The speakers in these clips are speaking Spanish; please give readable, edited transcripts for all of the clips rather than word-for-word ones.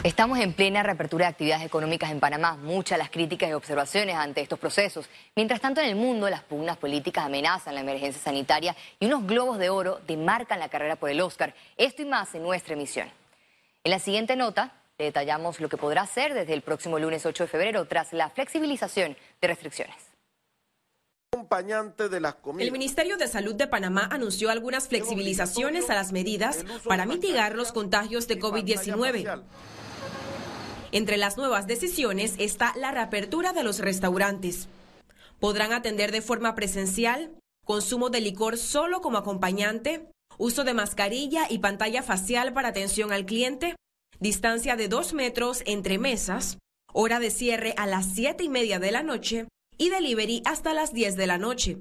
Estamos en plena reapertura de actividades económicas en Panamá. Muchas las críticas y observaciones ante estos procesos. Mientras tanto, en el mundo, las pugnas políticas amenazan la emergencia sanitaria y unos globos de oro demarcan la carrera por el Oscar. Esto y más en nuestra emisión. En la siguiente nota, le detallamos lo que podrá hacer desde el próximo lunes 8 de febrero tras la flexibilización de restricciones. El Ministerio de Salud de Panamá anunció algunas flexibilizaciones a las medidas para mitigar los contagios de COVID-19. Entre las nuevas decisiones está la reapertura de los restaurantes. Podrán atender de forma presencial, consumo de licor solo como acompañante, uso de mascarilla y pantalla facial para atención al cliente, distancia de 2 metros entre mesas, hora de cierre a las 7:30 de la noche y delivery hasta las 10 de la noche.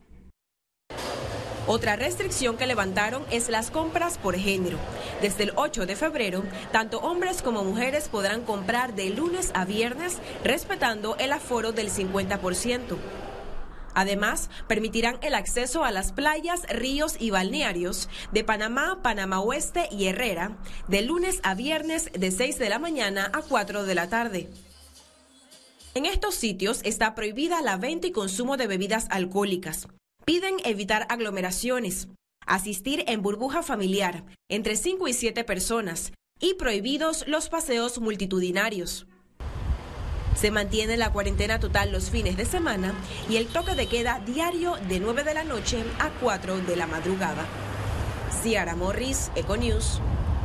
Otra restricción que levantaron es las compras por género. Desde el 8 de febrero, tanto hombres como mujeres podrán comprar de lunes a viernes, respetando el aforo del 50%. Además, permitirán el acceso a las playas, ríos y balnearios de Panamá, Panamá Oeste y Herrera, de lunes a viernes de 6 de la mañana a 4 de la tarde. En estos sitios está prohibida la venta y consumo de bebidas alcohólicas. Piden evitar aglomeraciones, asistir en burbuja familiar entre 5 y 7 personas y prohibidos los paseos multitudinarios. Se mantiene la cuarentena total los fines de semana y el toque de queda diario de 9 de la noche a 4 de la madrugada. Ciara Morris, Econews.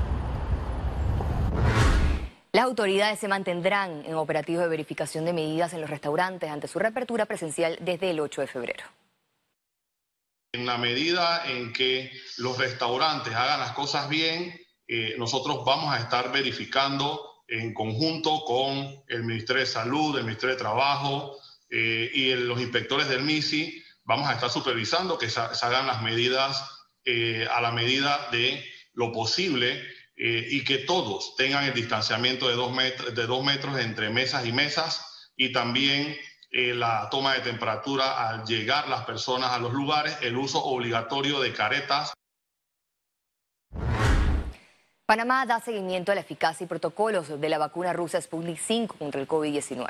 Las autoridades se mantendrán en operativos de verificación de medidas en los restaurantes ante su reapertura presencial desde el 8 de febrero. En la medida en que los restaurantes hagan las cosas bien, nosotros vamos a estar verificando en conjunto con el Ministerio de Salud, el Ministerio de Trabajo y los inspectores del MISI, vamos a estar supervisando que se hagan las medidas a la medida de lo posible y que todos tengan el distanciamiento de 2 metros entre mesas y mesas y también la toma de temperatura al llegar las personas a los lugares, el uso obligatorio de caretas. Panamá da seguimiento a la eficacia y protocolos de la vacuna rusa Sputnik V contra el COVID-19.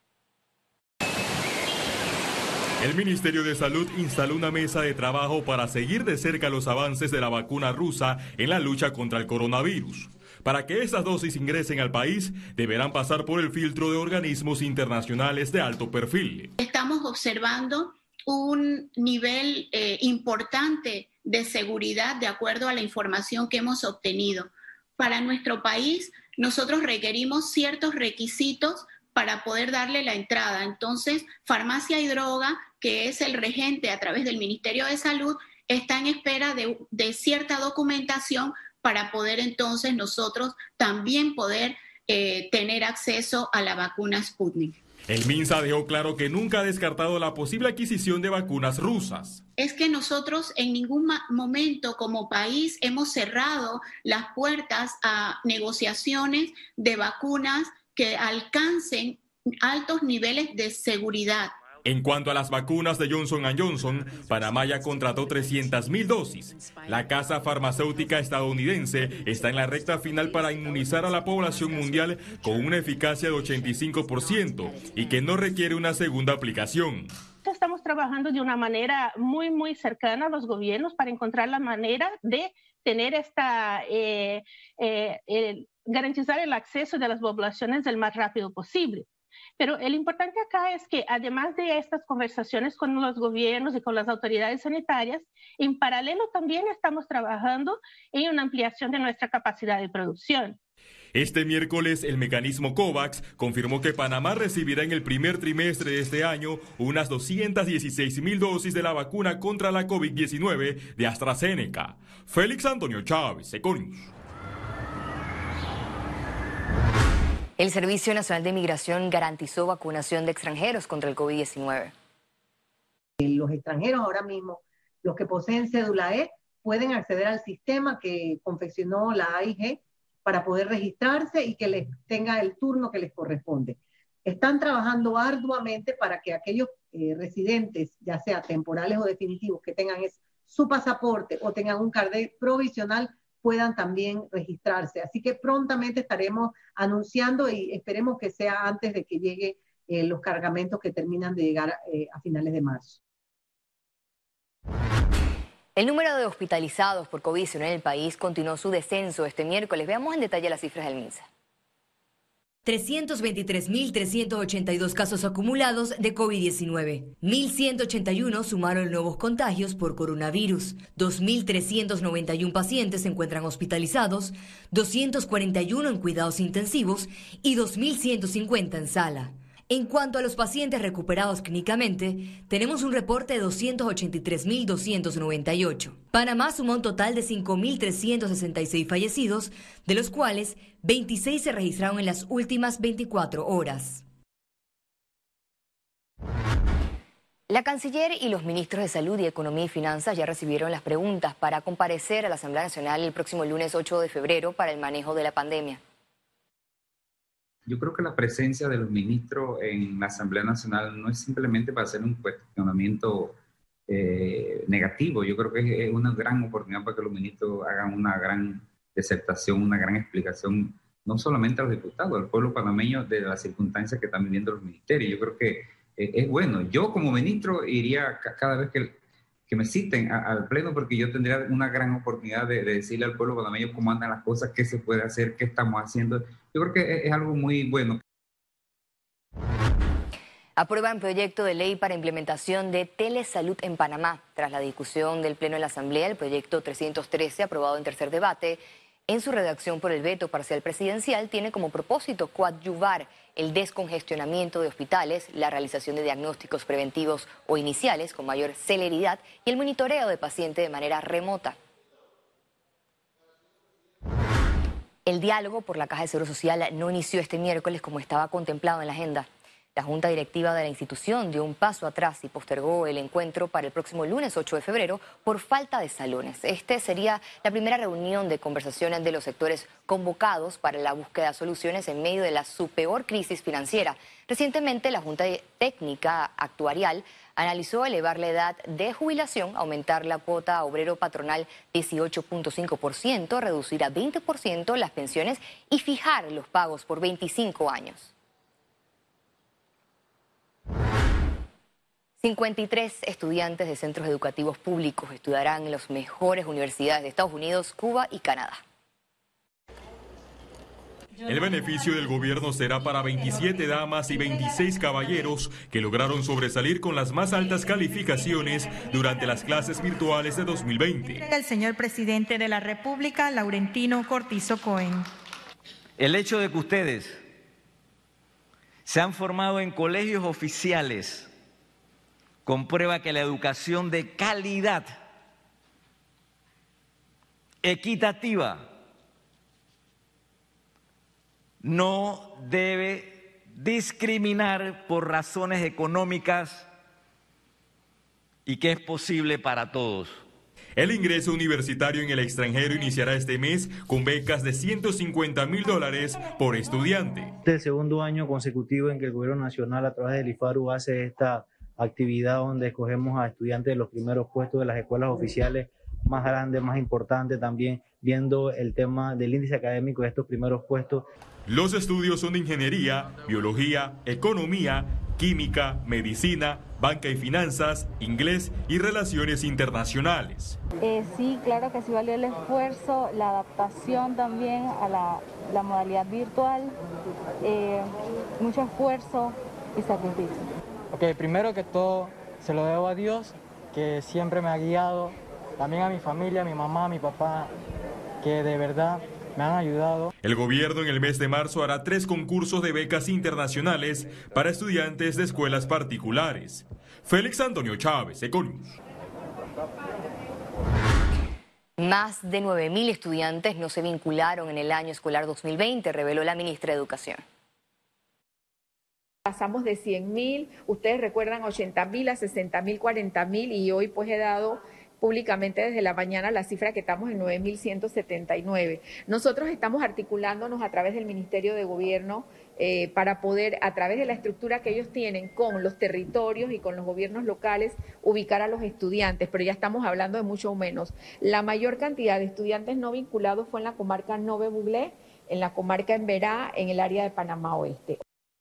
El Ministerio de Salud instaló una mesa de trabajo para seguir de cerca los avances de la vacuna rusa en la lucha contra el coronavirus. Para que esas dosis ingresen al país, deberán pasar por el filtro de organismos internacionales de alto perfil. Estamos observando un nivel importante de seguridad de acuerdo a la información que hemos obtenido. Para nuestro país, nosotros requerimos ciertos requisitos para poder darle la entrada. Entonces, Farmacia y Droga, que es el regente a través del Ministerio de Salud, está en espera de cierta documentación para poder entonces nosotros también poder tener acceso a la vacuna Sputnik. El MINSA dejó claro que nunca ha descartado la posible adquisición de vacunas rusas. Es que nosotros en ningún momento como país hemos cerrado las puertas a negociaciones de vacunas que alcancen altos niveles de seguridad. En cuanto a las vacunas de Johnson & Johnson, Panamá ya contrató 300.000 dosis. La casa farmacéutica estadounidense está en la recta final para inmunizar a la población mundial con una eficacia de 85% y que no requiere una segunda aplicación. Estamos trabajando de una manera muy cercana a los gobiernos para encontrar la manera de tener garantizar el acceso de las poblaciones el más rápido posible. Pero el importante acá es que además de estas conversaciones con los gobiernos y con las autoridades sanitarias, en paralelo también estamos trabajando en una ampliación de nuestra capacidad de producción. Este miércoles, el mecanismo COVAX confirmó que Panamá recibirá en el primer trimestre de este año unas 216.000 dosis de la vacuna contra la COVID-19 de AstraZeneca. Félix Antonio Chávez, Econews. El Servicio Nacional de Migración garantizó vacunación de extranjeros contra el COVID-19. Los extranjeros ahora mismo, los que poseen cédula E, pueden acceder al sistema que confeccionó la AIG para poder registrarse y que les tenga el turno que les corresponde. Están trabajando arduamente para que aquellos residentes, ya sea temporales o definitivos, que tengan su pasaporte o tengan un carnet provisional, puedan también registrarse. Así que prontamente estaremos anunciando y esperemos que sea antes de que lleguen los cargamentos que terminan de llegar a finales de marzo. El número de hospitalizados por COVID-19 en el país continuó su descenso este miércoles. Veamos en detalle las cifras del MINSA. 323.382 casos acumulados de COVID-19. 1.181 sumaron nuevos contagios por coronavirus. 2.391 pacientes se encuentran hospitalizados, 241 en cuidados intensivos y 2.150 en sala. En cuanto a los pacientes recuperados clínicamente, tenemos un reporte de 283.298. Panamá sumó un total de 5.366 fallecidos, de los cuales 26 se registraron en las últimas 24 horas. La canciller y los ministros de Salud y Economía y Finanzas ya recibieron las preguntas para comparecer a la Asamblea Nacional el próximo lunes 8 de febrero para el manejo de la pandemia. Yo creo que la presencia de los ministros en la Asamblea Nacional no es simplemente para hacer un cuestionamiento negativo. Yo creo que es una gran oportunidad para que los ministros hagan una gran disertación, una gran explicación, no solamente a los diputados, al pueblo panameño, de las circunstancias que están viviendo los ministerios. Yo creo que es bueno. Yo como ministro iría cada vez que me citen al Pleno, porque yo tendría una gran oportunidad de decirle al pueblo panameño cómo andan las cosas, qué se puede hacer, qué estamos haciendo. Yo creo que es algo muy bueno. Aprueban proyecto de ley para implementación de telesalud en Panamá. Tras la discusión del Pleno de la Asamblea, el proyecto 313, aprobado en tercer debate, en su redacción por el veto parcial presidencial, tiene como propósito coadyuvar el descongestionamiento de hospitales, la realización de diagnósticos preventivos o iniciales con mayor celeridad y el monitoreo de pacientes de manera remota. El diálogo por la Caja de Seguro Social no inició este miércoles como estaba contemplado en la agenda. La Junta Directiva de la institución dio un paso atrás y postergó el encuentro para el próximo lunes 8 de febrero por falta de salones. Este sería la primera reunión de conversaciones de los sectores convocados para la búsqueda de soluciones en medio de su peor crisis financiera. Recientemente, la Junta Técnica Actuarial analizó elevar la edad de jubilación, aumentar la cuota obrero patronal 18.5%, reducir a 20% las pensiones y fijar los pagos por 25 años. 53 estudiantes de centros educativos públicos estudiarán en las mejores universidades de Estados Unidos, Cuba y Canadá. El beneficio del gobierno será para 27 damas y 26 caballeros que lograron sobresalir con las más altas calificaciones durante las clases virtuales de 2020. El señor presidente de la República, Laurentino Cortizo Cohen. El hecho de que ustedes se han formado en colegios oficiales comprueba que la educación de calidad, equitativa, no debe discriminar por razones económicas y que es posible para todos. El ingreso universitario en el extranjero iniciará este mes con becas de $150.000 por estudiante. Este es el segundo año consecutivo en que el Gobierno Nacional, a través del IFARU, hace esta actividad donde escogemos a estudiantes de los primeros puestos de las escuelas oficiales más grandes, más importantes, también viendo el tema del índice académico de estos primeros puestos. Los estudios son de ingeniería, biología, economía, química, medicina, banca y finanzas, inglés y relaciones internacionales. Sí, claro que sí valió el esfuerzo, la adaptación también a la modalidad virtual, mucho esfuerzo y sacrificio. Ok, primero que todo se lo debo a Dios, que siempre me ha guiado, también a mi familia, a mi mamá, a mi papá, que de verdad me han ayudado. El gobierno en el mes de marzo hará 3 concursos de becas internacionales para estudiantes de escuelas particulares. Félix Antonio Chávez, Econius. Más de 9.000 estudiantes no se vincularon en el año escolar 2020, reveló la ministra de Educación. Pasamos de 100.000, ustedes recuerdan 80.000 a 60.000, 40.000 y hoy pues he dado públicamente desde la mañana la cifra que estamos en 9.179. Nosotros estamos articulándonos a través del Ministerio de Gobierno para poder, a través de la estructura que ellos tienen con los territorios y con los gobiernos locales, ubicar a los estudiantes, pero ya estamos hablando de mucho menos. La mayor cantidad de estudiantes no vinculados fue en la comarca Nove Buglé, en la comarca Emberá, en el área de Panamá Oeste.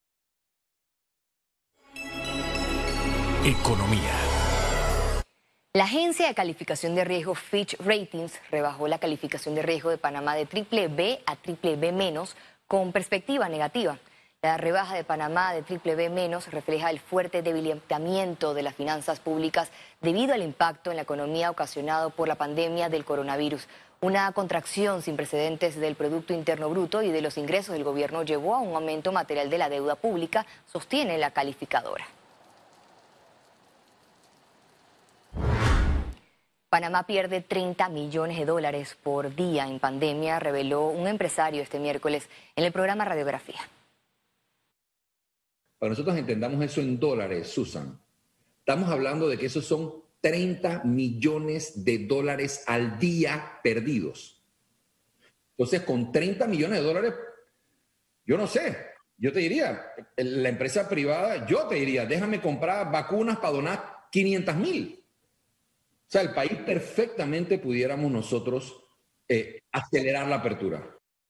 Economía. La agencia de calificación de riesgo Fitch Ratings rebajó la calificación de riesgo de Panamá de BBB a BBB- con perspectiva negativa. La rebaja de Panamá de BBB- refleja el fuerte debilitamiento de las finanzas públicas debido al impacto en la economía ocasionado por la pandemia del coronavirus. Una contracción sin precedentes del Producto Interno Bruto y de los ingresos del gobierno llevó a un aumento material de la deuda pública, sostiene la calificadora. Panamá pierde 30 millones de dólares por día en pandemia, reveló un empresario este miércoles en el programa Radiografía. Para nosotros entendamos eso en dólares, Susan, estamos hablando de que esos son 30 millones de dólares al día perdidos. Entonces, con 30 millones de dólares, yo no sé, yo te diría, la empresa privada, yo te diría, déjame comprar vacunas para donar 500,000. O sea, el país perfectamente pudiéramos nosotros acelerar la apertura.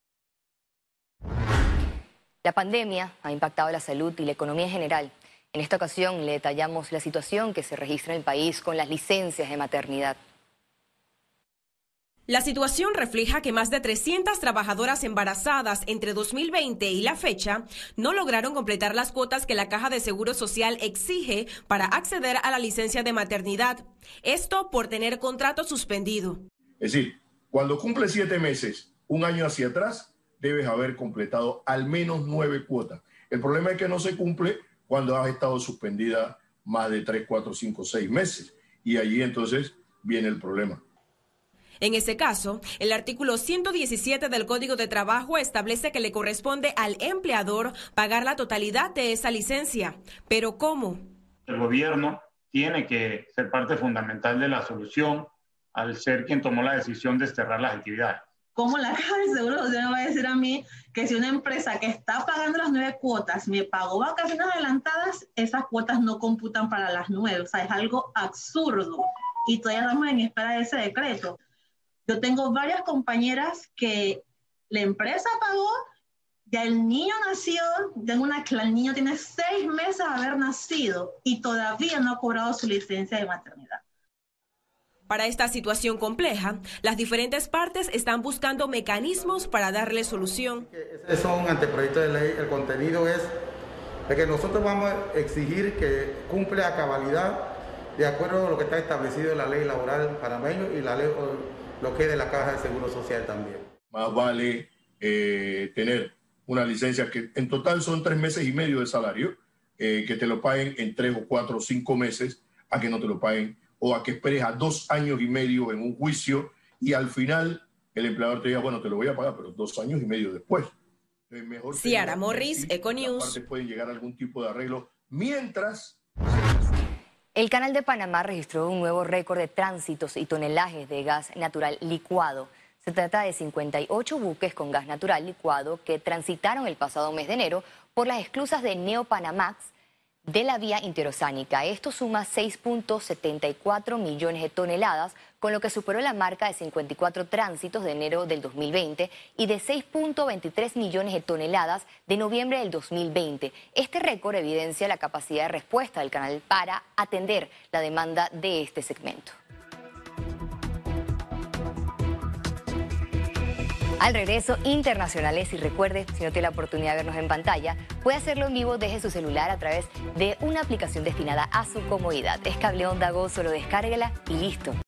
La pandemia ha impactado la salud y la economía en general. En esta ocasión le detallamos la situación que se registra en el país con las licencias de maternidad. La situación refleja que más de 300 trabajadoras embarazadas entre 2020 y la fecha no lograron completar las cuotas que la Caja de Seguro Social exige para acceder a la licencia de maternidad. Esto por tener contrato suspendido. Es decir, cuando cumple 7 meses, un año hacia atrás, debes haber completado al menos 9 cuotas. El problema es que no se cumple cuando has estado suspendida más de 3, 4, 5, 6 meses. Y allí entonces viene el problema. En ese caso, el artículo 117 del Código de Trabajo establece que le corresponde al empleador pagar la totalidad de esa licencia. ¿Pero cómo? El gobierno tiene que ser parte fundamental de la solución al ser quien tomó la decisión de cerrar las actividades. ¿Cómo la Caja de Seguro Social me va a decir a mí que si una empresa que está pagando las 9 cuotas me pagó vacaciones adelantadas, esas cuotas no computan para las 9? O sea, es algo absurdo y todavía estamos en espera de ese decreto. Yo tengo varias compañeras que la empresa pagó, ya el niño nació, el niño tiene 6 meses de haber nacido y todavía no ha cobrado su licencia de maternidad. Para esta situación compleja, las diferentes partes están buscando mecanismos para darle solución. Es un anteproyecto de ley, el contenido es de que nosotros vamos a exigir que cumpla a cabalidad de acuerdo a lo que está establecido en la ley laboral panameña y la ley, lo que es de la Caja de Seguro Social también. Más vale tener una licencia que en total son 3 meses y medio de salario, que te lo paguen en 3 o 4 o 5 meses, a que no te lo paguen, o a que esperes a 2 años y medio en un juicio y al final el empleador te diga, bueno, te lo voy a pagar, pero 2 años y medio después. Ciara Morris, Econews. Pueden llegar a algún tipo de arreglo mientras... El Canal de Panamá registró un nuevo récord de tránsitos y tonelajes de gas natural licuado. Se trata de 58 buques con gas natural licuado que transitaron el pasado mes de enero por las esclusas de Neopanamax de la vía interoceánica. Esto suma 6.74 millones de toneladas, con lo que superó la marca de 54 tránsitos de enero del 2020 y de 6.23 millones de toneladas de noviembre del 2020. Este récord evidencia la capacidad de respuesta del canal para atender la demanda de este segmento. Al regreso, internacionales, y recuerde, si no tiene la oportunidad de vernos en pantalla, puede hacerlo en vivo desde su celular a través de una aplicación destinada a su comodidad. Es Cable Onda Go, solo descárguela y listo.